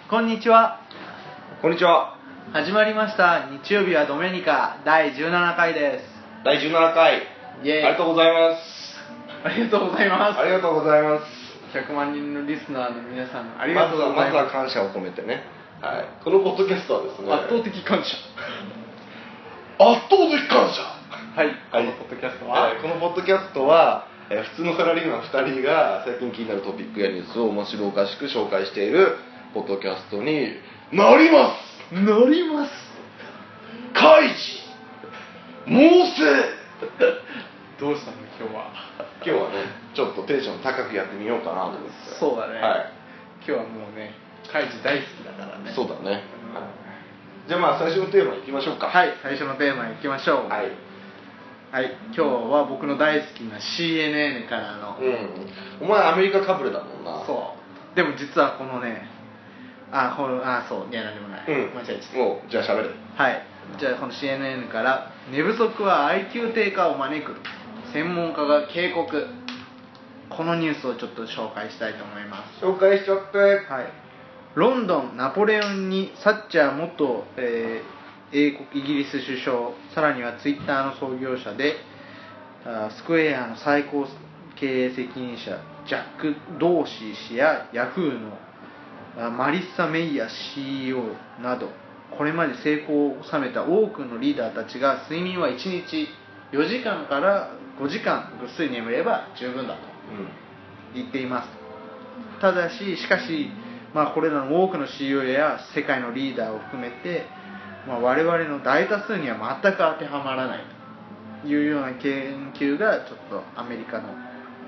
こんにちは。 こんにちは。 始まりました日曜日はドメニカ第17回です。 第17回。 イエーイ。 ありがとうございます。 ありがとうございます。 ありがとうございます。 100万人のリスナーの皆さんありがとうございます。 まずは感謝を込めてね。はい。このポッドキャストはですね。 圧倒的感謝。 圧倒的感謝。 はい。このポッドキャストは、 このポッドキャストは普通のサラリーマン2人が最近気になるトピックやニュースを面白おかしく紹介しているポッドキャストになります。 なります。 開示猛省どうしたの今日は。 今日はねちょっとテンション高くやってみようかなと思って。 そうだね、 はい、 今日はもうね開示大好きだからね。 そうだね、じゃあまあ最初のテーマいきましょうか。 はい、最初のテーマいきましょう。 はい、 はい、今日は僕の大好きな CNN からの、 お前アメリカかぶれだもんな。 そうでも実はこのねそういや何でもない、間違えちゃった。 もうじゃあ喋れ。 はい、じゃあこの CNN から寝不足は IQ 低下を招く専門家が警告、このニュースをちょっと紹介したいと思います。 紹介しちゃって。 はい、ロンドンナポレオンにサッチャー元、英国イギリス首相、さらにはツイッターの創業者でスクエアの最高経営責任者ジャック・ドーシー氏やヤフーのマリッサ・メイヤー CEO など、これまで成功を収めた多くのリーダーたちが睡眠は1日4時間から5時間ぐっすり眠れば十分だと言っています。しかし、これらの多くの CEO や世界のリーダーを含めて、我々の大多数には全く当てはまらないというような研究がちょっとアメリカの、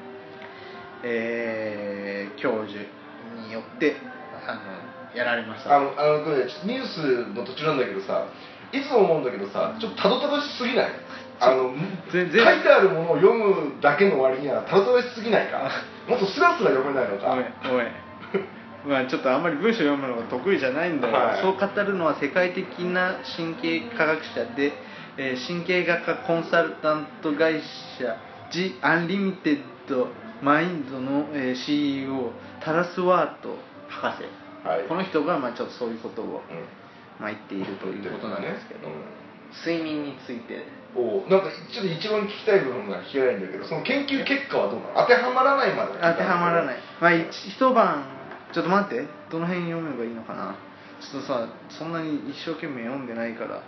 教授によってやられました。 ニュースの途中なんだけどさ、いつも思うんだけどさ、ちょっとたどたどしすぎない？書いてあるものを読むだけの割にはたどたどしすぎないか？もっとスラスラ読めないのか？ おいちょっとあんまり文章読むのが得意じゃないんだよ、はい、そう語るのは世界的な神経科学者で、神経学科コンサルタント会社 The Unlimited Mind の、CEO タラスワート博士、はい、この人がちょっとそういうことを、言っているということなんですけど、睡眠についてなんかちょっと一番聞きたい部分が聞けないんだけど、その研究結果はどうなの？当てはまらないまで。 当てはまらない。一晩ちょっと待って、どの辺読めばいいのかな。ちょっとさ、そんなに一生懸命読んでないから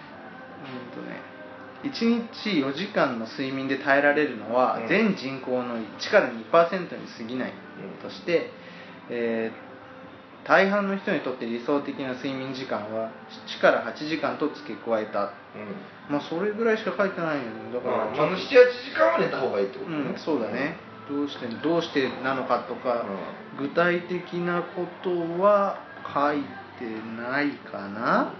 1日4時間の睡眠で耐えられるのは、全人口の1から 2% に過ぎないとして、大半の人にとって理想的な睡眠時間は7から8時間と付け加えた、それぐらいしか書いてないよね。だから 7、8時間は寝た方がいいってことね。 そうだね。どうしてなのかとか、具体的なことは書いてないかな、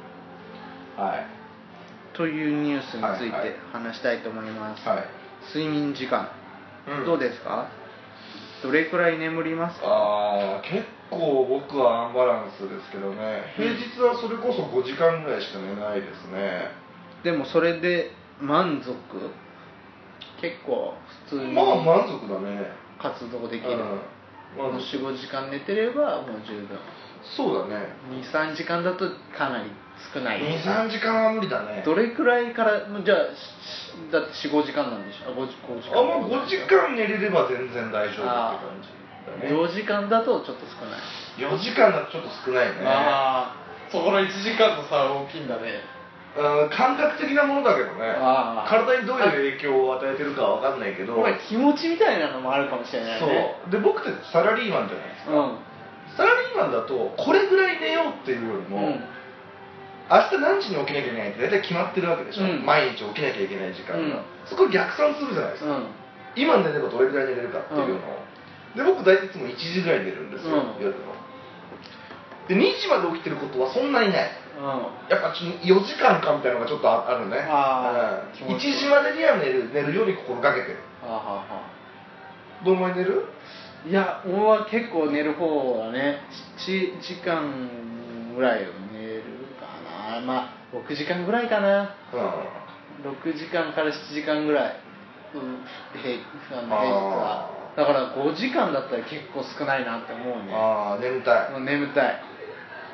というニュースについて話したいと思います。睡眠時間、どうですか？どれくらい眠りますか？ 結構僕はアンバランスですけどね。平日はそれこそ5時間ぐらいしか寝ないですね。 でもそれで満足？結構普通に満足だね。 活動できる。4、5時間寝てればもう十分。 そうだね。 2、3時間だとかなり少ない。 2、3時間は無理だね。 どれくらいから、じゃあだって4、5時間なんでしょ。5時間。 もう5時間寝れれば全然大丈夫って感じだね。 4時間だとちょっと少ない。 4時間だとちょっと少ないね。 そこの1時間と差は大きいんだね。 感覚的なものだけどね。体にどういう影響を与えてるかは分かんないけど、 気持ちみたいなのもあるかもしれないね。 そうで、僕ってサラリーマンじゃないですか。サラリーマンだとこれぐらい寝ようっていうよりも、明日何時に起きなきゃいけないって大体決まってるわけでしょ、毎日起きなきゃいけない時間が、そこ逆算するじゃないですか、今寝ればどれぐらい寝れるかっていうのを、で僕大体いつも1時ぐらい寝るんですよ、夜の。で2時まで起きてることはそんなにない。やっぱ4時間かみたいなのがちょっとあるね。1時までには寝るように心がけてる。どのぐらい寝る？ いや、俺は結構寝る方だね。7時間ぐらい寝るかな。6時間ぐらいかな。6時間から7時間ぐらい、平日は。だから5時間だったら結構少ないなって思うね。 眠たい。 眠たい。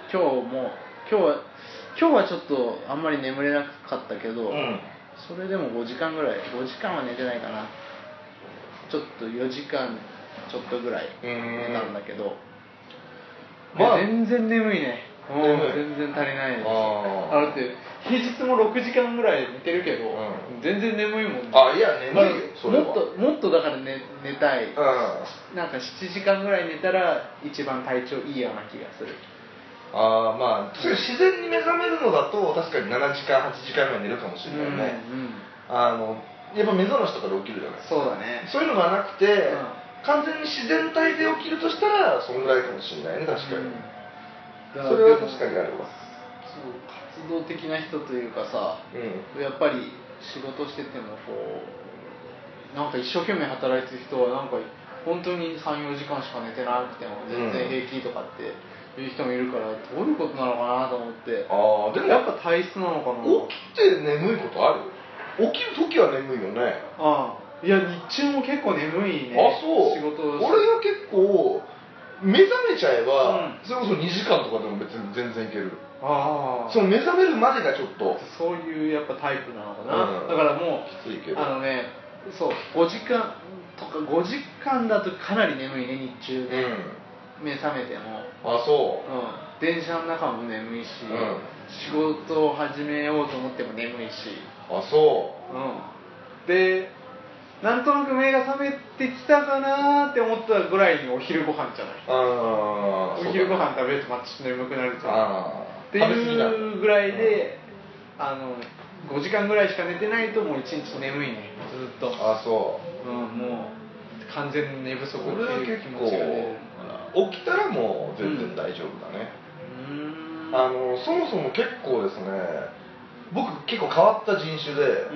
今日はちょっとあんまり眠れなかったけど、それでも5時間ぐらい、5時間は寝てないかな、ちょっと4時間ちょっとぐらい寝たんだけど、全然眠いね。全然足りないです。だって平日も6時間ぐらい寝てるけど、全然眠いもんね。 いや眠いよ、それはもっとだから、寝たい、なんか7時間ぐらい寝たら一番体調いいような気がする。 まあ自然に目覚めるのだと確かに7時間8時間ぐらい寝るかもしれないね。やっぱ目覚ましとかで起きるじゃないですか。 そうだね。 そういうのがなくて、完全に自然体で起きるとしたらそのぐらいかもしれないね、確かに。それは確かにあるわ。 活動的な人というかさ、やっぱり仕事しててもこうなんか一生懸命働いてる人はなんか本当に 3,4 時間しか寝てなくても全然平気とかっていう人もいるから、どういうことなのかなと思って。でもやっぱ体質なのかな。 起きて眠いことある？起きるときは眠いよね。 いや日中も結構眠いね。 そう。 仕事俺は結構目覚めちゃえば、それこそ2時間とかでも別に全然いける。その目覚めるまでがちょっとそういうやっぱタイプなのかな。だからもうきついけど、 そう5時間とか5時間だとかなり眠いね、日中。目覚めても。電車の中も眠いし、仕事を始めようと思っても眠いし。でなんとなく目が覚めてきたかなって思ったぐらいにお昼ご飯じゃない。お昼ご飯食べるとまた眠くなるじゃんっていうぐらいで、5時間ぐらいしか寝てないともう一日眠いね、ずっと。もう完全に寝不足っていう気持ちが出るから、 起きたらもう全然大丈夫だね。そもそも結構ですね、僕結構変わった人種で、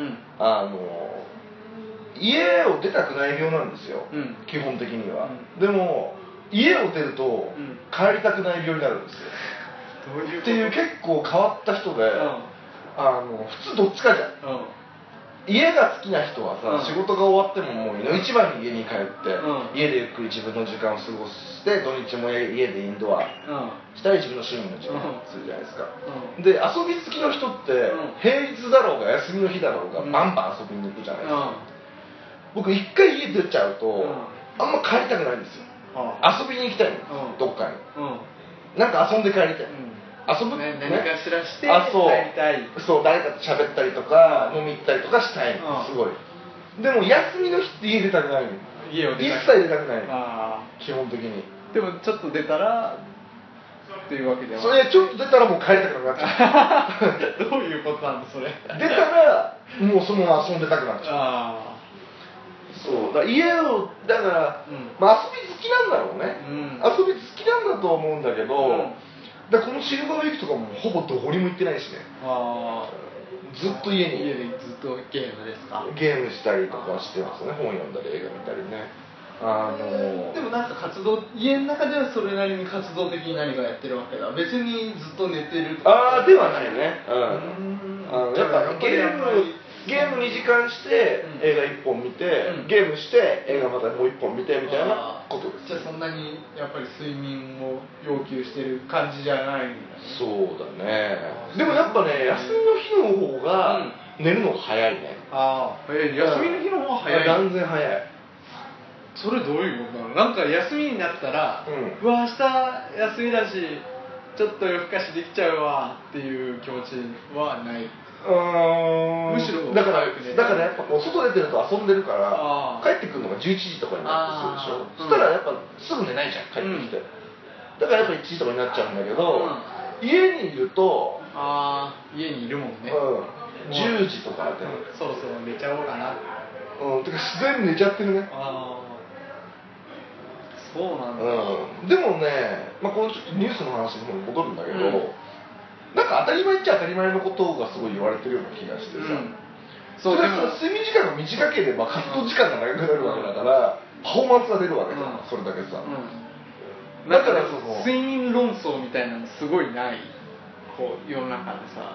家を出たくない病なんですよ、基本的には。でも家を出ると帰りたくない病になるんですよ。っていう結構変わった人で、普通どっちかじゃん。家が好きな人はさ、仕事が終わってももう一番に家に帰って、家でゆっくり自分の時間を過ごして土日も家でインドアしたり自分の趣味の時間をするじゃないですか。で遊び好きの人って平日だろうが休みの日だろうがバンバン遊びに行くじゃないですか。僕一回家出ちゃうとあんま帰りたくないんですよ。遊びに行きたいの、どっかに。なんか遊んで帰りたい。遊ぶ何かしらして帰りたい。 そう、誰かと喋ったりとか飲み行ったりとかしたいの、すごい。でも休みの日って家出たくないの。一切出たくないの、基本的に。 でもちょっと出たらっていうわけでは。 それちょっと出たらもう帰りたくなくなっちゃう。どういうことなんだそれ。 出たらもうそのまま遊んでたくなっちゃう。そうだ、家をだから、遊び好きなんだろうね、遊び好きなんだと思うんだけど、だこのシルバーウィークとかもほぼどこにも行ってないしね。ずっと家でずっとゲームですか。 ゲームしたりとかしてますね。本読んだり映画見たりね。 でもなんか家の中ではそれなりに活動的に何かやってるわけだ。別にずっと寝てるではないね。やっぱゲーム2時間して映画1本見て、ゲームして映画またもう1本見てみたいなことです。 じゃあそんなにやっぱり睡眠を要求してる感じじゃないんだね。 そうだね。でもやっぱね、休みの日の方が寝るのが早いね。 休みの日の方が早い。 断然早い。 それどういうことなの。なんか休みになったら、うわ明日休みだしちょっと夜更かしできちゃうわっていう気持ちはない。むしろだからやっぱこう外出てると遊んでるから帰ってくるのが11時とかになってするでしょ。そしたらやっぱすぐ寝ないじゃん、帰ってきて。だからやっぱ1時とかになっちゃうんだけど、家にいると家にいるもんね。 10時とかでそろそろ寝ちゃおうかな。 てか自然に寝ちゃってるね。 そうなんだ。 でもね、このちょっとニュースの話の方に戻るんだけど、なんか当たり前っちゃ当たり前のことがすごい言われてるような気がしてさ、それは睡眠時間が短ければ活動時間が長くなるわけだから、パフォーマンスが出るわけじゃん、それだけさ。 だから睡眠論争みたいなのすごいない、こう世の中でさ、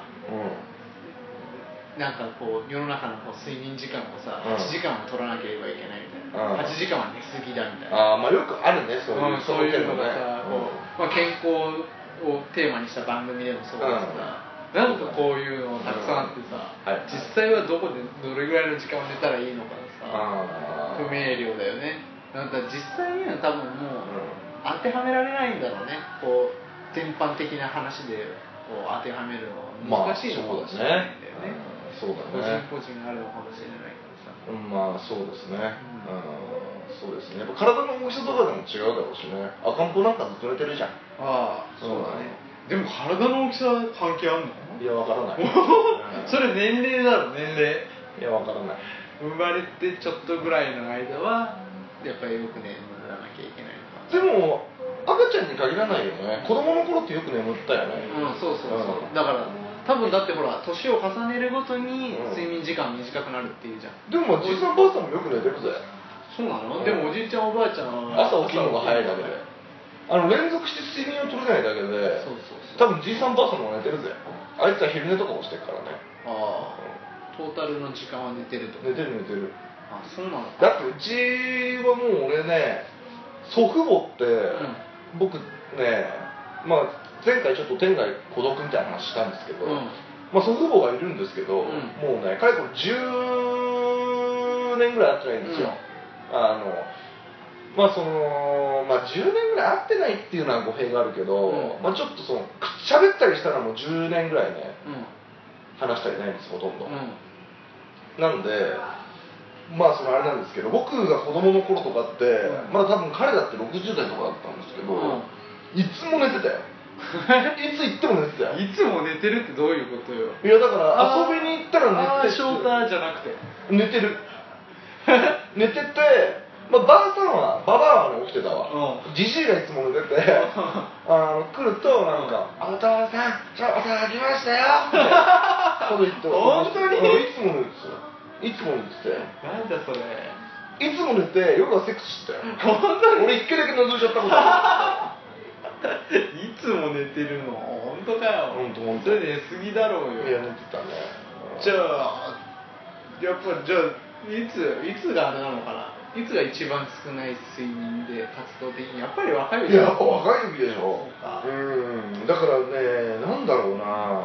なんかこう世の中の睡眠時間をさ、8時間は取らなければいけないみたいな、8時間は寝すぎだみたいな。 よくあるね、そういうのがさ、健康をテーマにした番組でもそうだしさ、なんかこういうのたくさんあってさ、実際はどこでどれぐらいの時間を寝たらいいのかさ、不明瞭だよね。なんか実際には多分もう当てはめられないんだろうね。こう全般的な話でこう当てはめるのは難しいのかもしれないんだよね。 そうだね。 個人個人があるのかもしれないからさ。 まあそうですね。そうですね。やっぱ体の大きさとかでも違うだろうしね。赤ん坊なんかずっと寝てるじゃん。 ああ、そうだね。でも体の大きさ関係あるの？ いや、わからない。 それ年齢だろ、年齢。 いや、わからない。 生まれてちょっとぐらいの間はやっぱりよく眠らなきゃいけないのか。 でも赤ちゃんに限らないよね。子供の頃ってよく眠ったよね。 そうそうそう。だから多分だってほら年を重ねるごとに睡眠時間短くなるっていうじゃん。 でもじいさんばあさんもよく寝てるぜ。 そうなの？でもおじいちゃんおばあちゃんは朝起きるのが早いだけで、連続して睡眠を取れないだけで、多分じいさんばあさんも寝てるぜ。あいつは昼寝とかもしてるからね。 トータルの時間は寝てると。 寝てる寝てる。 あ、そうなの？ だってうちはもう俺ね、祖父母って、僕ね、まあ前回ちょっと天涯孤独みたいな話したんですけど、まあ祖父母がいるんですけど、もうね、かれこれ10年ぐらい会ってないんですよ。まあ10年ぐらい会ってないっていうのは語弊があるけど、まあちょっと喋ったりしたらもう10年ぐらいね、話したりないんですほとんど。なんでまああれなんですけど、僕が子供の頃とかって、まだ多分彼だって60代とかだったんですけど、いつも寝てたよ。いつ行っても寝てたよ。 いつも寝てるってどういうことよ。 いやだから遊びに行ったら寝てて、 ショーターじゃなくて寝てる。寝てて、まあ、ばあさんはババアはね起きてたわ。じじいがいつも寝てて、来るとなんか「お父さんちょっと来ましたよ」みたいなこと言って、 本当にいつも寝てたよ。いつも寝てて、 なんだそれ。 いつも寝て夜はセックスしてたよ。 本当に？ 俺一回だけ覗いちゃったことある。いつも寝てるの？本当かよ。 本当。 それ寝すぎだろうよ。 いや寝てたね。 じゃあやっぱいつがあれなのかな。いつが一番少ない睡眠で活動的にやっぱり若い時。いややっぱ若い時でしょ。 そうか。 だからね、なんだろうな、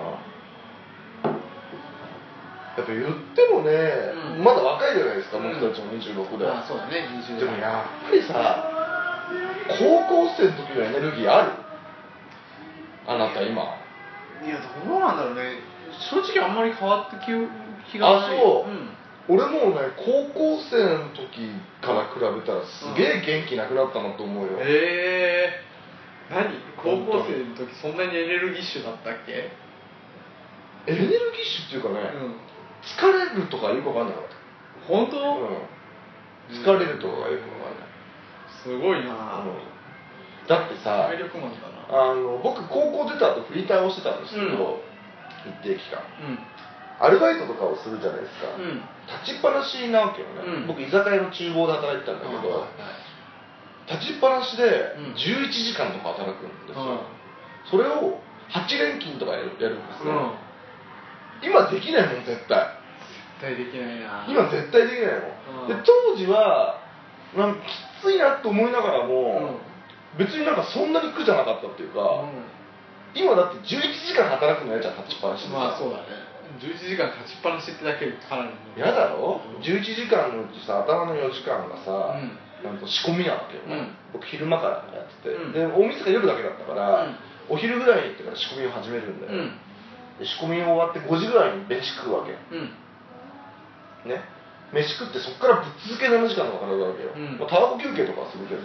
やっぱ言ってもね、まだ若いじゃないですか、僕たちも26で。 あ、そうだね、20代。 でもやっぱりさ、高校生の時のエネルギーある？あなた今。 いやどうなんだろうね。正直あんまり変わった気がない。 あ、そう。俺もうね、高校生の時から比べたらすげえ元気なくなったなと思うよ。 何？高校生の時そんなにエネルギッシュだったっけ？ エネルギッシュっていうかね、疲れるとかよくわかんなかった。 本当？ 疲れるとかよくわかんない。 すごいな。 だってさ、 体力マンだな。 僕高校出た後フリーターをしてたんですけど、一定期間。アルバイトとかをするじゃないですか。立ちっぱなしなわけよね。僕居酒屋の厨房で働いてたんだけど、立ちっぱなしで11時間とか働くんですよ。それを8連勤とかやるんですね。今できないもん絶対。 絶対できないな。 今絶対できないもん。で当時はなんかきついなと思いながらも、別になんかそんなに苦じゃなかったっていうか、今だって11時間働くの嫌じゃん、立ちっぱなしで。 まあそうだね。11時間立ちっぱなしってだけでかなり嫌だろ。11時間のうちさ、頭の4時間がさ、なんと仕込みなわけよね。僕昼間からやってて、でお店が夜だけだったから、お昼ぐらいに行ってから仕込みを始めるんだよ。で仕込み終わって5時ぐらいに飯食うわけ。ね。飯食ってそこからぶっ続け7時間とか体だわけよ。まあタバコ休憩とかはするけど、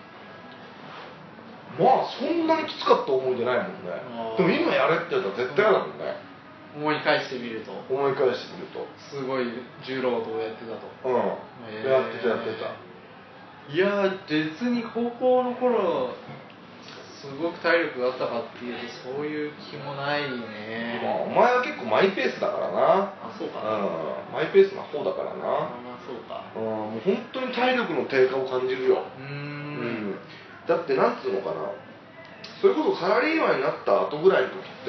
まあそんなにきつかった思い出ないもんね。でも今やれって言ったら絶対嫌だもんね。 思い返してみるとすごい重労働やってたと。 やってた。 いや別に高校の頃すごく体力があったかっていうとそういう気もないね。 お前は結構マイペースだからな。 あ、そうか。 マイペースな方だからな。 まあそうか。 もう本当に体力の低下を感じるよ。だってなんつうのかな、それこそサラリーマンになった後ぐらいの時って、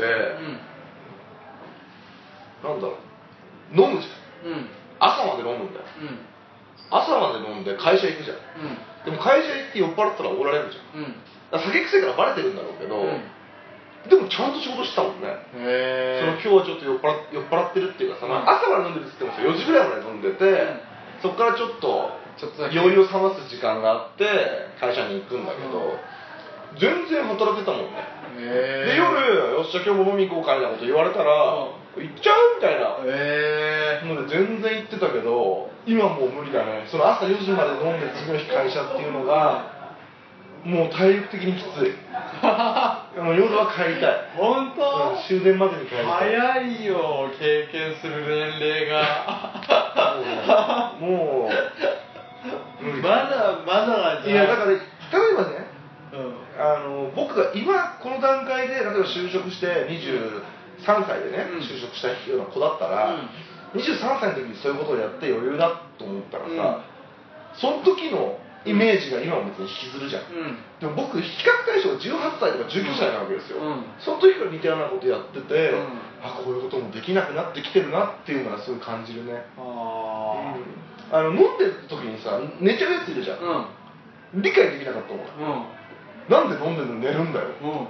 なんだろう、飲むじゃん。朝まで飲むんだよ。朝まで飲んで会社行くじゃん。でも会社行って酔っ払ったらおられるじゃん。酒臭いからバレてるんだろうけど、 もちゃんと仕事してたもんね。 へえ。 今日はちょっと酔っ払ってるっていうかさ、朝まで飲んでるって言っても4時ぐらいまで飲んでて、そこからちょっと酔いを覚ます時間があって会社に行くんだけど、全然働けたもんね。で夜よっしゃ今日も飲み行こうかみたいなこと言われたら行っちゃうみたいなので全然行ってたけど、今もう無理だね。その朝4時まで飲んで次の日会社っていうのがもう体力的にきつい。もう夜は帰りたい。 本当？ 終電までに帰りたい。 早いよ、経験する年齢が。 もうまだいやだから例えばね、僕が今この段階で例えば就職して23歳でね、就職したような子だったら、23歳の時にそういうことをやって余裕だと思ったらさ、その時のイメージが今も別に引きずるじゃん、でも僕比較対象が18歳とか19歳なわけですよ、その時から似たようなことやってて、あこういうこともできなくなってきてるなっていうのはすごい感じるね。飲んでる時にさ寝ちゃうやついるじゃん、理解できなかったもん、なんで飲んでるの寝るんだよ、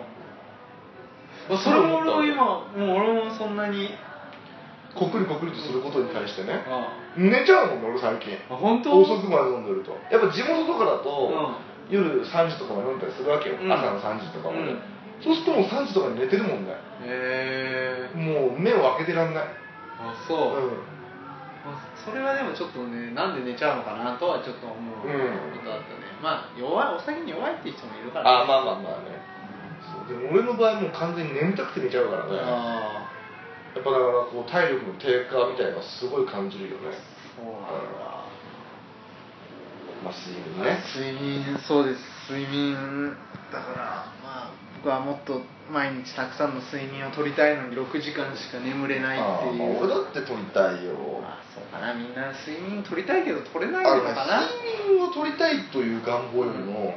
それも俺もそんなにこくりこくりとすることに対してね、寝ちゃうもんね俺最近。 本当？ 遅くまで飲んでるとやっぱ地元とかだと、夜3時とかまで飲んだりするわけよ、朝の3時とかまで、そうするともう3時とかに寝てるもんね。もう目を開けてらんない。 そう、それはでもちょっとね、なんで寝ちゃうのかなとはちょっと思うことだったね。まあお酒に弱いって人もいるからね。 まあね。そうでも俺の場合もう完全に眠たくて寝ちゃうからね。やっぱだからこう体力の低下みたいなのはすごい感じるよね。 そうなんだ。 睡眠ね。 睡眠、そうです。睡眠だから僕はもっと毎日たくさんの睡眠を取りたいのに6時間しか眠れないっていう。 俺だって取りたいよ。 そうかな、みんな睡眠取りたいけど取れないのかな。 睡眠を取りたいという願望よりも、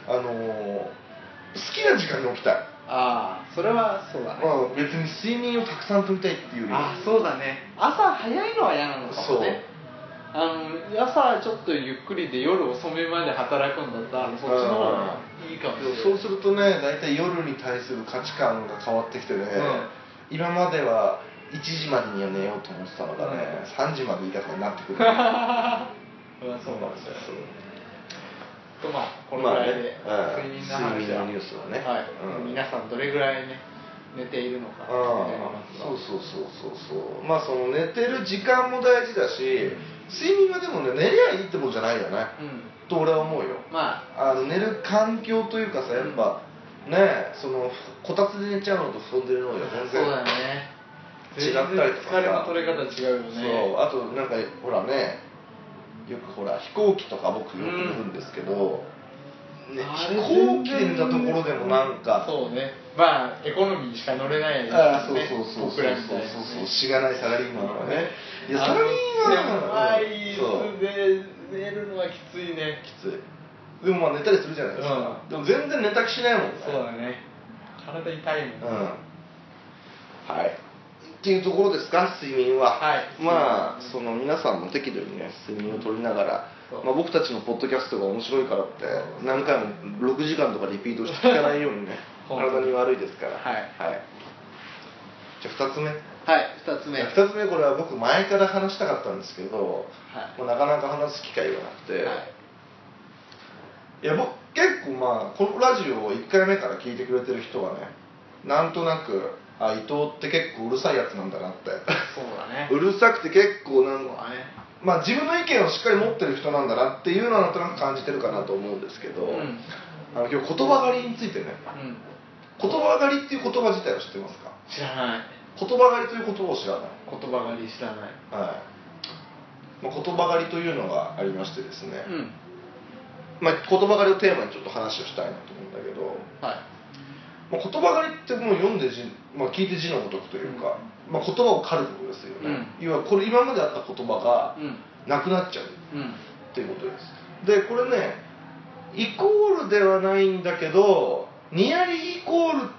好きな時間に起きたい。 それはそうだね。 別に睡眠をたくさん取りたいっていうよりも。 そうだね。朝早いのは嫌なのかもね。朝ちょっとゆっくりで夜遅めまで働くんだったらそっちの方がいいかもしれない。 そうするとね、大体夜に対する価値観が変わってきてね、今までは1時までには寝ようと思ってたのがね、3時までいいかとかになってくる。 そうなんですよ。このぐらいで睡眠の話は、 ニュースはね、 皆さんどれぐらいね寝ているのか気になりますが。 その寝てる時間も大事だし、睡眠はでもね寝りゃいいってことじゃないよね、と俺は思うよ。寝る環境というかさ、やっぱね、そのこたつで寝ちゃうのと布団で寝るので全然違ったりとかさ、 疲れの取れ方違うよね。 あとなんかほらね、よくほら飛行機とか僕よく乗るんですけど、飛行機で寝たところでもなんかそうね、エコノミーしか乗れないやつね。そうしがないサラリーマンはね。いやサラリーマン狭い椅子で寝るのはきついね。 きつい。でも寝たりするじゃないですか。でも全然寝た気しないもんね。 そうだね。体痛いもん。 はい。っていうところですか、睡眠は。その皆さんも適度にね睡眠をとりながら、僕たちのポッドキャストが面白いからって何回も6時間とかリピートして聞かないようにね体に悪いですから。じゃあ2つ目。2つ目、これは僕前から話したかったんですけど、なかなか話す機会がなくて、いや僕結構このラジオを1回目から聞いてくれてる人はね、なんとなく伊藤って結構うるさいやつなんだなって。 そうだね。 うるさくて結構自分の意見をしっかり持ってる人なんだなっていうのはなんとなく感じてるかなと思うんですけど、今日言葉狩りについてね、言葉狩りっていう言葉自体を知ってますか？ 知らない。 言葉狩りという言葉を知らない。 言葉狩り知らない。 言葉狩りというのがありましてですね、言葉狩りをテーマにちょっと話をしたいなと思うんだけど、言葉狩りってもう読んで聞いて字のごとくというか、言葉を狩ることですよね。要はこれ今まであった言葉がなくなっちゃうっていうことです。でこれねイコールではないんだけど、ニアリーイコール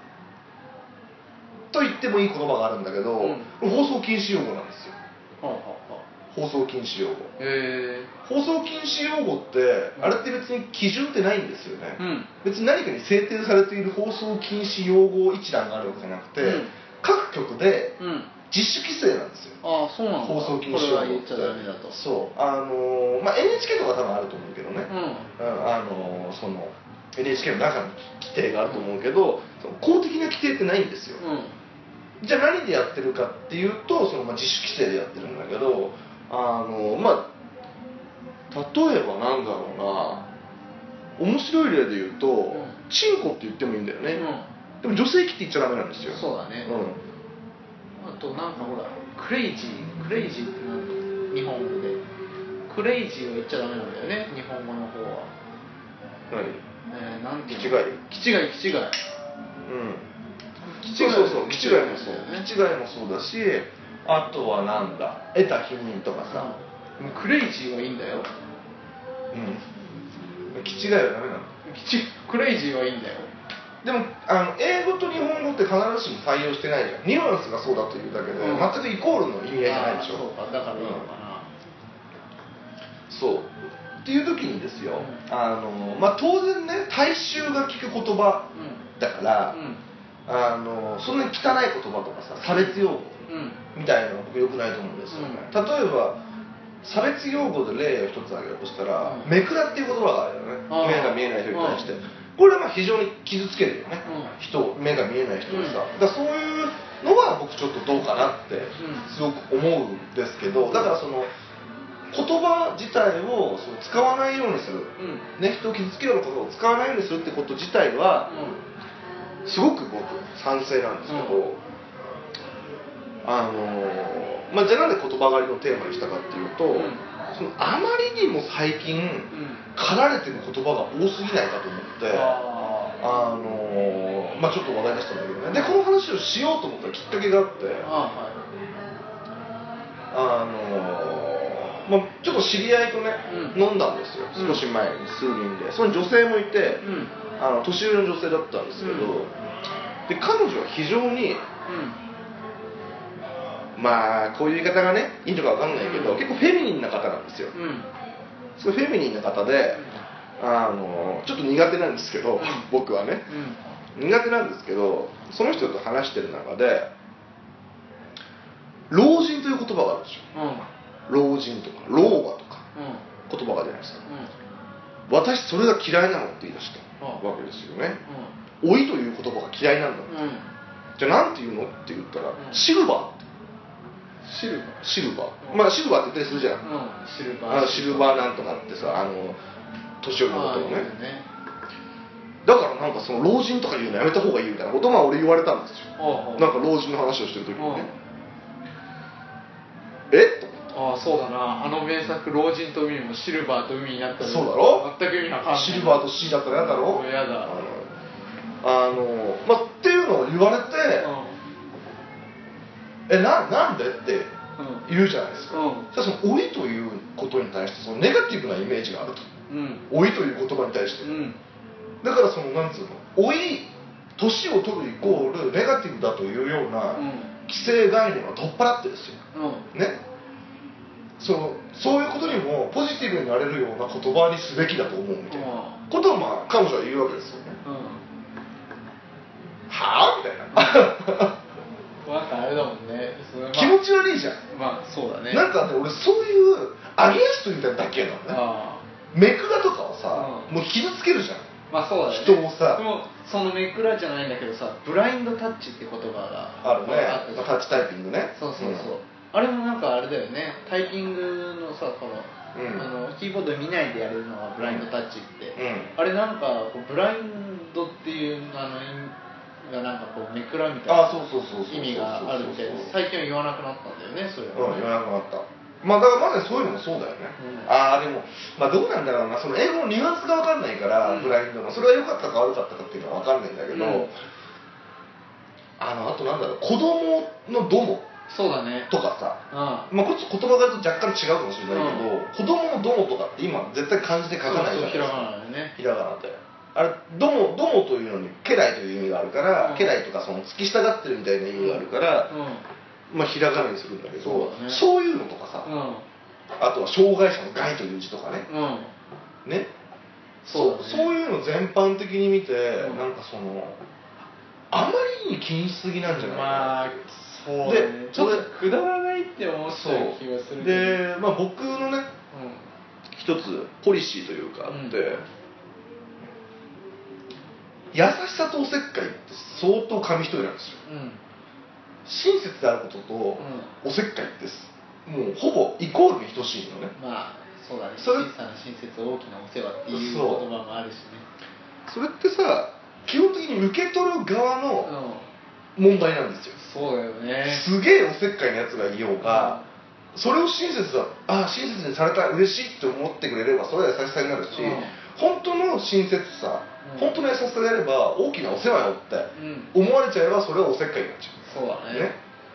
と言ってもいい言葉があるんだけど、放送禁止用語なんですよ。 放送禁止用語。 へ放送禁止用語って、あれって別に基準ってないんですよね、別に何かに制定されている放送禁止用語一覧があるわけじゃなくて、各局で自主規制なんですよ。 ああ、そうなんだ。 放送禁止用語って。 これは言っちゃダメだと。 そう。NHK とか多分あると思うけどね。その NHK の中に規定があると思うけど、公的な規定ってないんですよ。じゃあ何でやってるかっていうと、自主規制でやってるんだけど、例えばなんだろうな、面白い例で言うと、チンコって言ってもいいんだよね。でも女性器って言っちゃダメなんですよ。 そうだね。あとなんかほら、クレイジーってなんだ、日本語で。クレイジーは言っちゃダメなんだよね、日本語の方は。なんていうの？気違い。気違いもそう。気違いもそうだし、あとはなんだ、得た否認とかさ。 クレイジーはいいんだよ。 気違いはダメなの？ クレイジーはいいんだよ。 でも英語と日本語って必ずしも採用してないじゃん。ニュアンスがそうだというだけで、全くイコールの意味合いじゃないでしょ。 そうか、だからいいのかな。 そうっていう時にですよ、当然ね、大衆が聞く言葉だから、そんなに汚い言葉とかさ、差別用語みたいなのが僕良くないと思うんですよね。例えば差別用語で例を一つ挙げるとしたら、めくらっていう言葉があるよね。目が見えない人に対して、これは非常に傷つけるよね、目が見えない人でさ。だからそういうのは僕ちょっとどうかなってすごく思うんですけど、だからその言葉自体を使わないようにする、人を傷つけるような言葉を使わないようにするってこと自体はすごく僕賛成なんですけど、じゃあなんで言葉狩りのテーマにしたかっていうと、あまりにも最近狩られてる言葉が多すぎないかと思って、ちょっと話題にしたんだけどね。でこの話をしようと思ったきっかけがあって、ちょっと知り合いとね、飲んだんですよ、少し前に数人で。その女性もいて、年上の女性だったんですけど、で彼女は非常に、こういう言い方がねいいのか分かんないけど、結構フェミニンな方なんですよ。すごいフェミニンな方で、ちょっと苦手なんですけど、僕はね、苦手なんですけど、その人と話してる中で老人という言葉があるでしょ。老人とか老婆とか言葉があるじゃないですか。私それが嫌いなのって言い出したわけですよね。老いという言葉が嫌いなんだって。じゃあなんて言うのって言ったら、シルバーって。シルバーシルバーって言ったりするじゃん。シルバーなんとかってさ、年寄りのことをね。だからなんかその老人とか言うのやめた方がいいみたいなことが俺言われたんですよ。なんか老人の話をしてる時にね。 そうだな、名作老人と海もシルバーと海になったら、 そうだろ、 全く意味わかんない。 シルバーと C だったら嫌だろ。 嫌だ。 っていうのを言われて、なんでって言うじゃないですか。その老いということに対してそのネガティブなイメージがあると、老いという言葉に対して、だからなんつうの、老い、年を取るイコールネガティブだというような既成概念を取っ払ってですよ、ね、そういうことにもポジティブになれるような言葉にすべきだと思うみたいなことを彼女は言うわけですよね。はぁみたいな。 なんかあれだもんね、 気持ち悪いじゃん。 そうだね。 なんかね、俺そういうアゲンストみたいなだけなのね。めくらとかはさ、もう傷つけるじゃん。 そうだね。 人をさ。 でもそのめくらじゃないんだけどさ、ブラインドタッチって言葉があるね。タッチタイピングね。 そう。あれもなんかあれだよね。タイピングのさ、キーボード見ないでやれるのがブラインドタッチって。あれなんかブラインドっていうがなんかめくらみたいな意味があるみたいで、最近は言わなくなったんだよね、それは。 言わなくなった。だからまさにそういうのもそうだよね。でもどうなんだろうな、その英語のニュアンスが分かんないから、ブラインドのそれが良かったか悪かったかっていうのは分かんないんだけど、あとなんだろう、子供のどもとかさ、こっち言葉が若干違うかもしれないけど、子供のどもとかって今絶対漢字で書かないじゃないですか。ひらがなで。あれどもというのに家来という意味があるから、家来とか付き従ってるみたいな意味があるから、ひらがなにするんだけど、そういうのとかさ、 あとは障害者の害という字とかね、ね、そういうの全般的に見て、なんかそのあまりに気にしすぎなんじゃないかな。 まあそうだね、ちょっとくだらないって思っちゃう気がするけど。 で、まあ、僕のね、一つポリシーというかあって、優しさとおせっかいって相当紙一重なんですよ。親切であることとおせっかいってもうほぼイコールに等しいのね。 まあそうだね、小さな親切大きなお世話っていう言葉もあるしね。それってさ、基本的に受け取る側の問題なんですよ。 そうだよね。 すげえおせっかいなやつがいようが、それを親切にされた嬉しいって思ってくれればそれは優しさになるし、本当の親切さ、本当の優しさであれば大きなお世話よって思われちゃえばそれはおせっかいになっちゃう。 そうだね。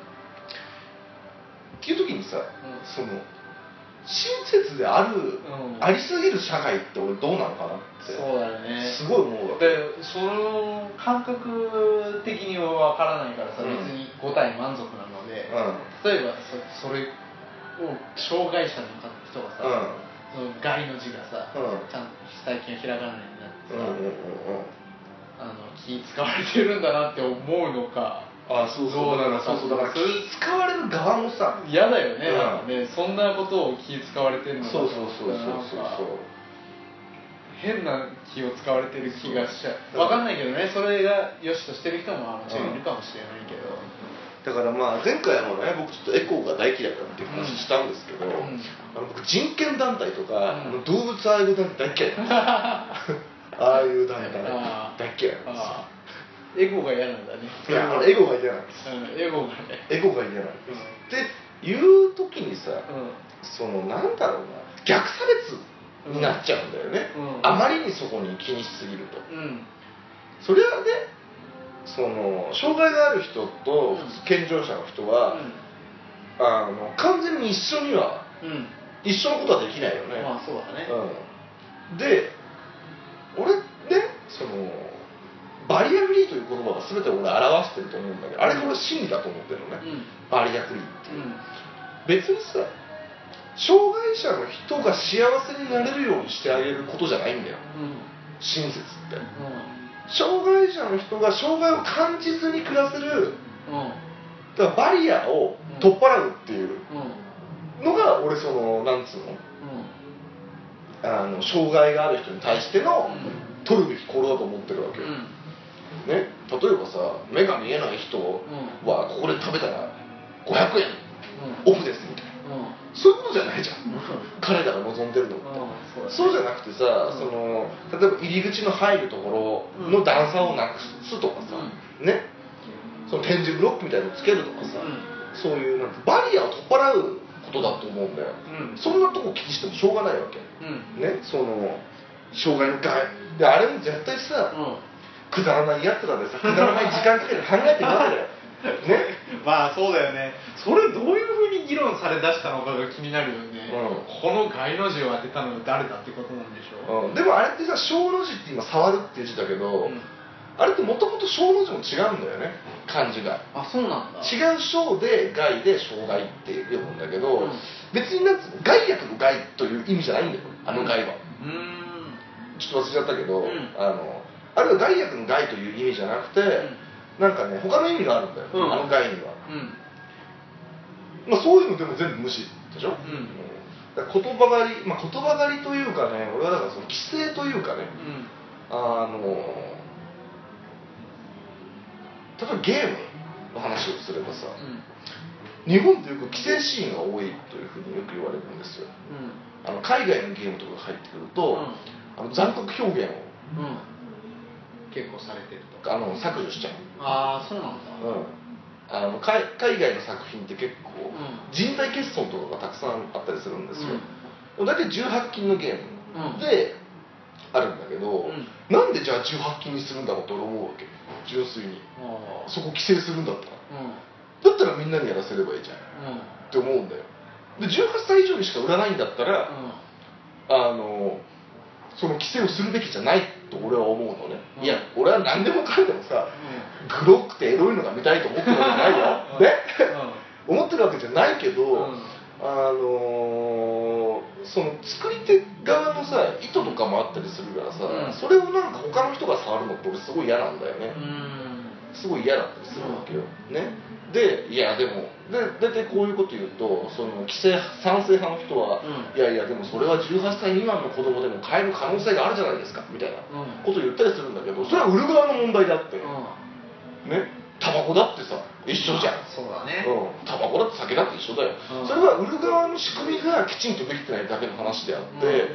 っていう時にさ、その親切でありすぎる社会って俺どうなのかなって、 そうだよね、すごい思うわけで、その感覚的には分からないからさ、別に5体満足なので、例えばそれを障害者の人がさ、その害の字がさ、ちゃんと最近はひらがなになってさ、気使われてるんだなって思うのか。 そうだから気使われる側もさ嫌だよね、なんかね、そんなことを気使われてるのか、変な気を使われてる気がしちゃう。分かんないけどね、それが良しとしてる人ももちろんいるかもしれないけど、 だからまあ前回もね、僕ちょっとエコーが大嫌いだっていう話したんですけど、僕人権団体とか、動物愛護団体大嫌いなんですよ。ああいう団体大嫌いなんですよ。 エゴが嫌なんだね。 いや、エゴが嫌なんです。 エゴが嫌なんです。っていう時にさ、そのなんだろうな、逆差別になっちゃうんだよね。あまりにそこに気にしすぎると。それはね、その障害がある人と健常者の人は、完全に一緒のことはできないよね。 まあそうだね。 で、俺ね、そのバリアフリーという言葉が全て俺表してると思うんだけど、あれこれ真理だと思ってるのね、バリアフリーっていう、別にさ、障害者の人が幸せになれるようにしてあげることじゃないんだよ、親切って、障害者の人が障害を感じずに暮らせる、だからバリアを取っ払うっていうのが俺そのなんつうの、障害がある人に対しての取るべき行動だと思ってるわけよ、ね、例えばさ、目が見えない人はここで食べたら500円オフですみたいな、そういうことじゃないじゃん、彼らが望んでるのって、そうじゃなくてさ、その例えば入り口の入るところの段差をなくすとかさ、ね、その点字ブロックみたいなのをつけるとかさ、そういうなんてバリアを取っ払うことだと思うんだよ、そんなとこ気にしてもしょうがないわけ、ね、その障害の害で、あれも絶対さ、くだらないやつらでさ、くだらない時間かけて考えてるわけだよね。 まあそうだよね。それどういうふうに議論されだしたのかが気になるよね、この街の字を当てたのは誰だってことなんでしょう、 でもあれってさ、小の字って今触るっていう字だけど、あれってもともと小の字も違うんだよね、漢字が。 あ、そうなんだ。 違う小で害で障害って呼ぶんだけど、別になんつうの、害悪の害という意味じゃないんだよ、あの害は。ちょっと忘れちゃったけど、あれは害悪の害という意味じゃなくて、なんかね、他の意味があるんだよ、あの害には。まあそういうのでも全部無視でしょ。だから言葉狩り、まあ言葉狩りというかね、俺はだからその規制というかね、例えばゲームの話をすればさ、日本ってよく規制シーンが多いというふうによく言われるんですよ、海外のゲームとかが入ってくると、残酷表現を、 結構されてると削除しちゃう。 ああ、そうなんだ。 海外の作品って結構、人体欠損とかがたくさんあったりするんですよ、大体18禁のゲームであるんだけど、なんでじゃあ18禁にするんだろうって俺思うわけ、純粋に。そこ規制するんだったら、だったらみんなにやらせればいいじゃん、って思うんだよ。で18歳以上にしか売らないんだったら、その規制をするべきじゃないと俺は思うのね、いや俺は何でもかんでもさ、グロくてエロいのが見たいと思ってるわけじゃないよ、ね、思ってるわけじゃないけど、 その作り手側のさ意図とかもあったりするからさ、それをなんか他の人が触るのって俺すごい嫌なんだよね。すごい嫌だったりするわけよ、ね。でいやでも大体こういうこと言うとその賛成派の人は、いやいやでもそれは18歳未満の子供でも買える可能性があるじゃないですかみたいなことを言ったりするんだけど、それは売る側の問題であって、ね、タバコだってさ一緒じゃん。 そうだね。 タバコだって酒だって一緒だよ。それは売る側の仕組みがきちんとできてないだけの話であって、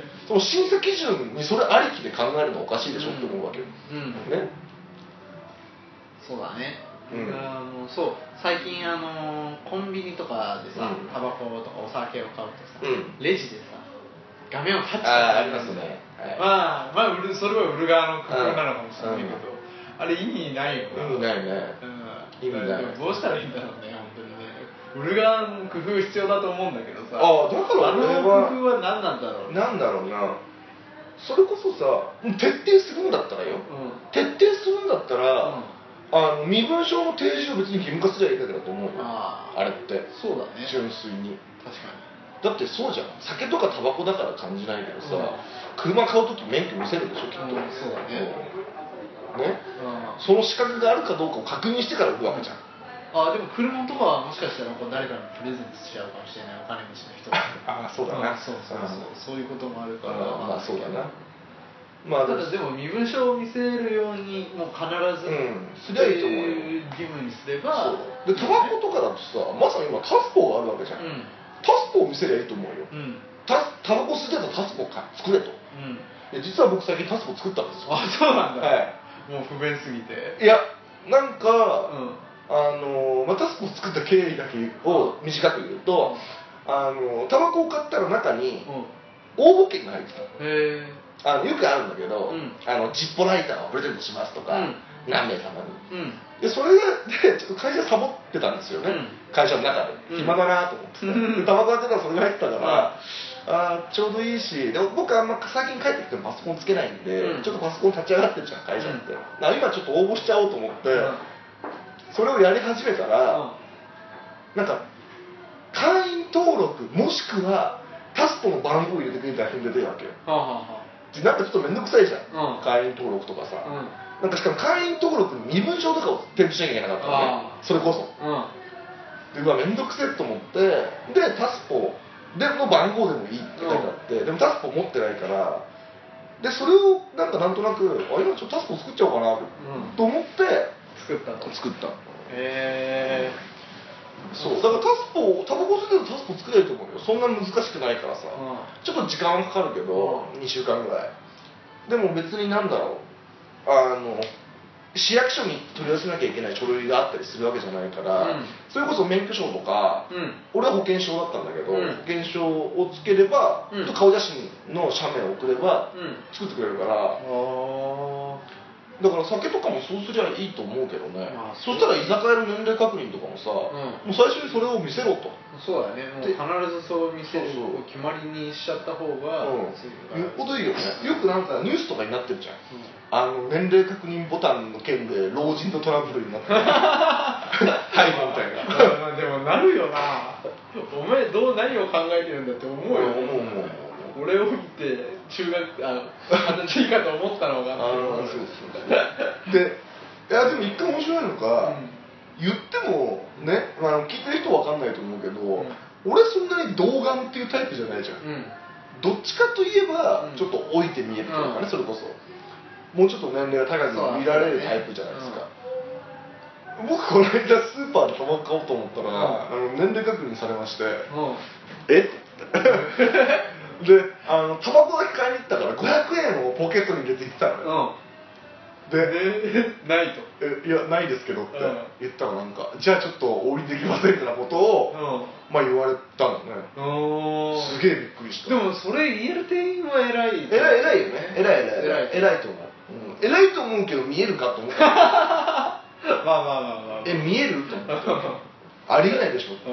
その審査基準にそれありきで考えるのはおかしいでしょって思うわけよ。ね。そうだね。そう最近コンビニとかでさ、タバコとかお酒を買うとさ、レジでさ画面をタッチありますね。 まあそれは売る側の工夫なのかもしれないけど、あれ意味ないよね。 意味ないね。意味ない。 どうしたらいいんだろうね、本当にね。売る側の工夫必要だと思うんだけどさ。 だから俺は工夫は何なんだろう。 なんだろうな。それこそさ、徹底するんだったらよ。徹底するんだったら、身分証の提示を別に義務化すればいいだけだと思うよ。あれって。 そうだね。 純粋に。 確かに。 だってそうじゃん。酒とかタバコだから感じないけどさ、車買うとき免許見せるでしょ、きっと。 そうだね。 ね、その資格があるかどうかを確認してから売るわけじゃん。 でも車とかはもしかしたら誰かにプレゼントしちゃうかもしれない、お金持ちの人が。 そうだな。 そういうこともあるから。 まあそうだな。 ただでも身分証を見せるようにもう必ずすりゃいいと思うよ。 義務にすれば。 でタバコとかだとさ、まさに今タスポがあるわけじゃん。タスポを見せりゃいいと思うよ。タバコ吸ってたらタスポ作れと。実は僕最近タスポ作ったんですよ。 そうなんだ。もう不便すぎて。 いやなんか、タスポを作った経緯だけを短く言うと、タバコを買ったら中に応募券が入ってた。よくあるんだけど、ジッポライターをプレゼントしますとか、何名様に。でそれでちょっと会社サボってたんですよね、会社の中で。暇だなと思ってタバコやってたらそれが入ってたからちょうどいいし、でも僕あんま最近帰ってきてもパソコンつけないんで、ちょっとパソコン立ち上がってるじゃん会社って。今ちょっと応募しちゃおうと思ってそれをやり始めたら、なんか会員登録もしくはタスポの番号を入れてくれたら変で出るわけよ。なんかちょっと面倒くさいじゃん、会員登録とかさ。なんかしかも会員登録に身分証とかを添付しなきゃいけなかったのね、それこそ。で面倒くせえと思ってでタスポの番号でもいいって書いてあって、でもタスポ持ってないからでそれをなんとなく今ちょっとタスポ作っちゃおうかなと思って作った。そうだからタバコ吸ってるとタスポ作れると思うよ。そんな難しくないからさ、ちょっと時間はかかるけど、2週間ぐらいでも別になんだろう、市役所に取り寄せなきゃいけない書類があったりするわけじゃないから、それこそ免許証とか、俺は保険証だったんだけど、保険証をつければ、顔写真の写メを送れば作ってくれるから、だから酒とかもそうすりゃいいと思うけどね。そしたら居酒屋の年齢確認とかもさ、もう最初にそれを見せろと。そうだね、もう必ずそう見せる決まりにしちゃった方がよっぽどいいよね。よくなんかニュースとかになってるじゃん、年齢確認ボタンの件で老人のトラブルになってはいみたいな。 でもなるよな。お前何を考えてるんだって思うよ。俺を見て中学二十歳以下と思ったのがでも一回面白いのが、言ってもね、聞いてる人は分かんないと思うけど、俺そんなに童顔っていうタイプじゃないじゃん。どっちかといえばちょっと老いて見えるというかね、それこそもうちょっと年齢が高く見られるタイプじゃないですか。僕この間スーパーでタバコ買おうと思ったら年齢確認されまして「えっ?」でタバコだけ買いに行ったから500円をポケットに入れて行ったのよ。で「ない」と「いやないですけど」って言ったら、なんか「じゃあちょっとお売りできません」ってなことを言われたのね。すげえびっくりした。でもそれ言える店員は偉いよね。偉いと思う。偉いと思うけど見えるかと思った。まあ見えると思ってありえないでしょ。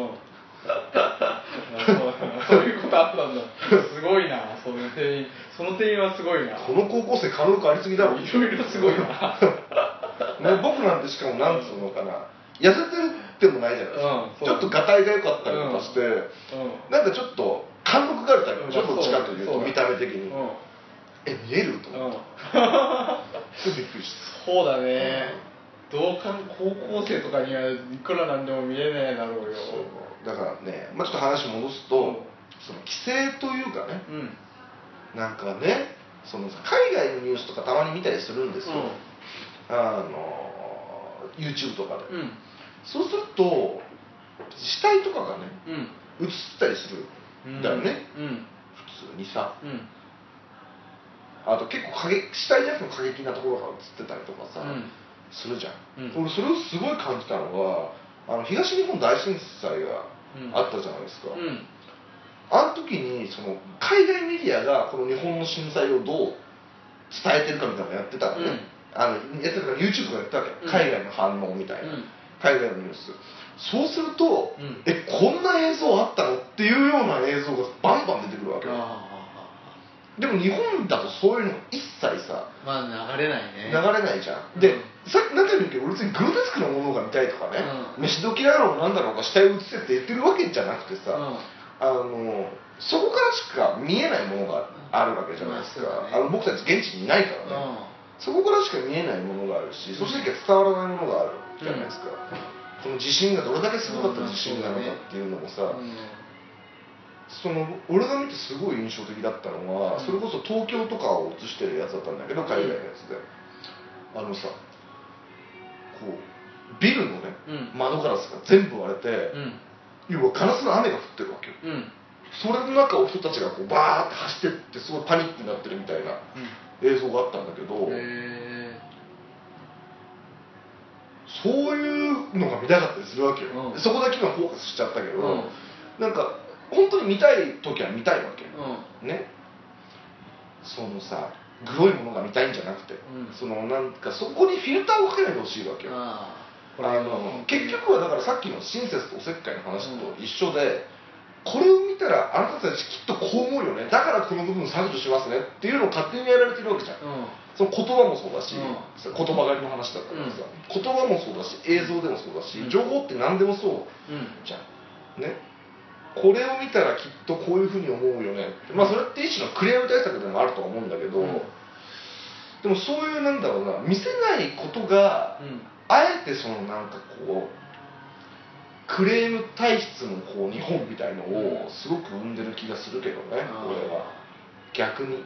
そういうことあったんだ。すごいな、その店員。その店員はすごいな。この高校生貫禄ありすぎだろ。いろいろすごいな。僕なんてしかもなんつうのかな、痩せてるってもないじゃないですか。ちょっとがたいが良かったりとかして、なんかちょっと貫禄があるタイプでしょ、どっちかというと見た目的に、見えると思った、びっくりした。 そうだね、高校生とかにはいくらなんでも見えないだろうよ。 だからね、ちょっと話戻すと、その規制というかね、なんかね、その海外のニュースとかたまに見たりするんですよ、YouTube とかで、そうすると死体とかがね、映ったりするんだよね、普通にさ、あと結構死体じゃなくても過激なところが映ってたりとかさ、するじゃん、俺それをすごい感じたのは東日本大震災があったじゃないですか、あの時にその海外メディアがこの日本の震災をどう伝えてるかみたいなのをやってたのね、やってたから YouTube とかやってたわけ、海外の反応みたいな、海外のニュース、そうすると、こんな映像あったのっていうような映像がバンバン出てくるわけよ。でも日本だとそういうの一切さ、 流れないね、 流れないじゃん、でさっき何回も言うけど、俺別にグロテスクなものが見たいとかね、飯時だろうなんだろうが死体を映せって言ってるわけじゃなくてさ、そこからしか見えないものがあるわけじゃないですか、僕たち現地にいないからね、そこからしか見えないものがあるし、そして伝わらないものがあるじゃないですか、この地震がどれだけすごかった地震なのかっていうのもさ、俺が見てすごい印象的だったのは、それこそ東京とかを映してるやつだったんだけど、海外のやつで、さ、こうビルのね、窓ガラスが全部割れて、要はガラスの雨が降ってるわけよ、それの中を人たちがこうバーって走ってってすごいパニックになってるみたいな映像があったんだけど、そういうのが見たかったりするわけよ、そこだけがフォーカスしちゃったけど、なんか本当に見たい時は見たいわけ、ね、そのさ、グロいものが見たいんじゃなくて、なんかそこにフィルターをかけないでほしいわけよ。結局はだからさっきの親切とおせっかいの話と一緒で、これを見たらあなたたちきっとこう思うよね、だからこの部分削除しますねっていうのを勝手にやられてるわけじゃん、その言葉もそうだし、言葉狩りの話だったからさ、言葉もそうだし映像でもそうだし、情報って何でもそうじゃん、ね、これを見たらきっとこういうふうに思うよねって、それって一種のクレーム対策でもあるとは思うんだけど、でもそういうなんだろうな、見せないことが、あえてなんかこうクレーム体質のこう日本みたいのをすごく生んでる気がするけどね、俺は逆に。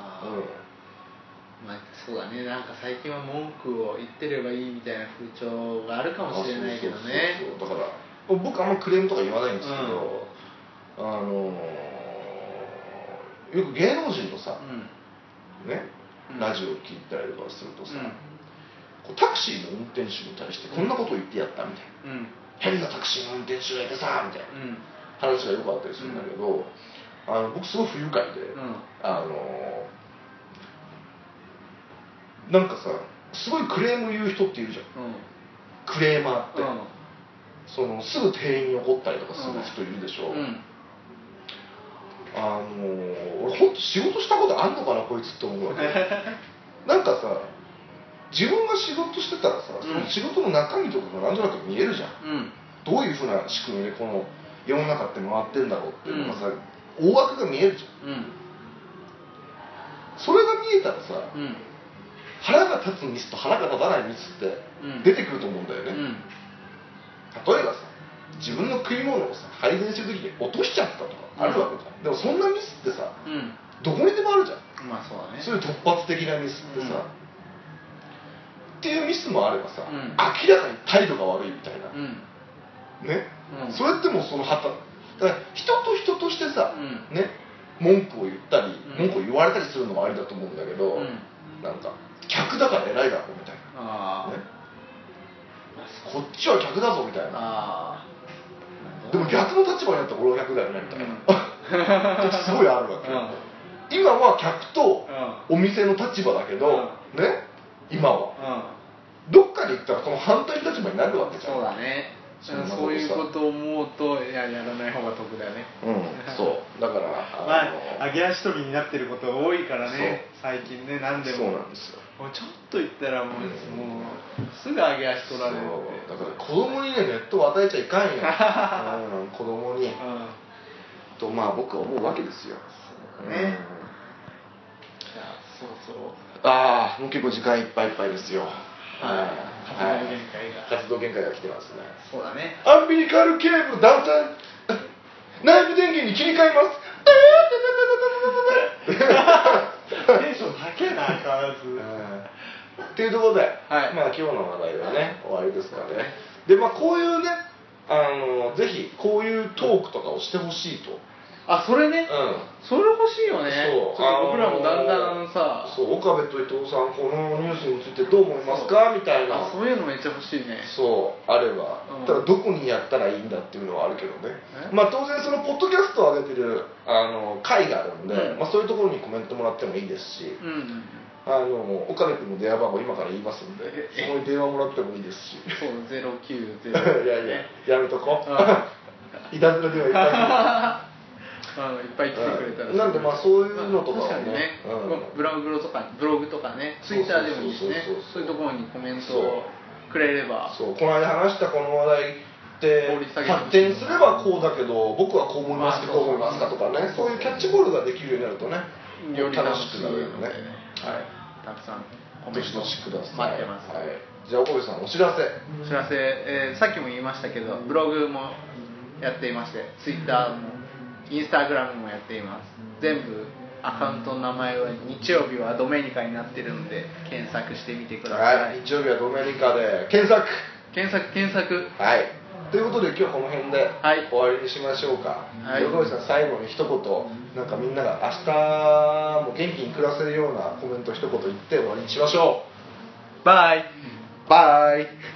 そうだね、なんか最近は文句を言ってればいいみたいな風潮があるかもしれないけどね。 だから僕あんまクレームとか言わないんですけど、よく芸能人のさ、ね、ラジオを聞いたりとかするとさ、タクシーの運転手に対してこんなことを言ってやったみたいな、変なタクシーの運転手がいてさみたいな話がよくあったりするんだけど、僕すごい不愉快で、なんかさ、すごいクレーム言う人っているじゃん、クレーマーって、すぐ店員に怒ったりとかする人いるでしょ、俺ほんと仕事したことあんのかなこいつって思うわけなんかさ、自分が仕事してたらさ、その仕事の中身とかがなんとなく見えるじゃん、どういうふうな仕組みでこの世の中って回ってんだろうっていうのがさ、大枠が見えるじゃん、それが見えたらさ、腹が立つミスと腹が立たないミスって出てくると思うんだよね、例えばさ、自分の食い物をさ配膳する時に落としちゃったとかあるわけじゃん、でもそんなミスってさ、どこにでもあるじゃん、 そうだね、 そういう突発的なミスってさ、っていうミスもあればさ、明らかに態度が悪いみたいな、ね、それってもうだから人と人としてさ、ね、文句を言ったり、文句を言われたりするのもありだと思うんだけど、なんか客だから偉いだろみたいな、ね、こっちは客だぞみたいな、でも逆の立場になったら俺は客だよねみたいな、すごいあるわけ、今は客とお店の立場だけど、ね、今は、どっかに行ったらその反対の立場になるわけじゃん。 そうだね、そういうことを思うとやらない方が得だよね、 そうだから揚げ足取りになってることが多いからね、最近ね、何でもそうなんですよ、 もうちょっと言ったらもうすぐ揚げ足取られるって。 だから子供にね、ネットを与えちゃいかんよ子供に、 とまあ僕は思うわけですよ。 ね。じゃあそろそろ。 ああ、もう結構時間いっぱいいっぱいですよ。 活動限界が来てますね。 そうだね。 アンビリカルケーブル断線、内部電源に切り替えます。 テンション高いな、変わらず。 っていうところで、まあ今日の話題はね、終わりですかね。で、まあこういうね、ぜひこういうトークとかをしてほしいと。 それね、それ欲しいよね。そう、僕らもだんだんさ、 岡部と伊藤さん、このニュースについてどう思いますかみたいな。 そういうのめっちゃ欲しいね。 そうあれば、ただどこにやったらいいんだっていうのはあるけどね。まあ当然そのポッドキャストを上げてる会があるんで、まあそういうところにコメントもらってもいいですし、岡部君の電話番号今から言いますんで、そこに電話もらってもいいですし。 そう、090。 いやいや、やめとこ。いたずらではいっぱい。 いっぱい来てくれたら、 なんでまあそういうのとかはね、 ブログとかね、ツイッターでもいいしね、そういうところにコメントをくれれば、 この間話したこの話題って発展すればこうだけど僕はこう思いますけどこう思いますかとかね、そういうキャッチボールができるようになるとね、 より楽しくなるよね。 たくさんコメントどしどしください。 待ってます。 じゃあ岡部さんお知らせ。 さっきも言いましたけど、ブログもやっていまして、ツイッターもインスタグラムもやっています。全部アカウントの名前は日曜日はドメニカになってるので検索してみてください。 日曜日はドメニカで検索。 はい。 ということで今日はこの辺で終わりにしましょうか。岡部さん最後に一言、なんかみんなが明日も元気に暮らせるようなコメント一言言って終わりにしましょう。 バイ。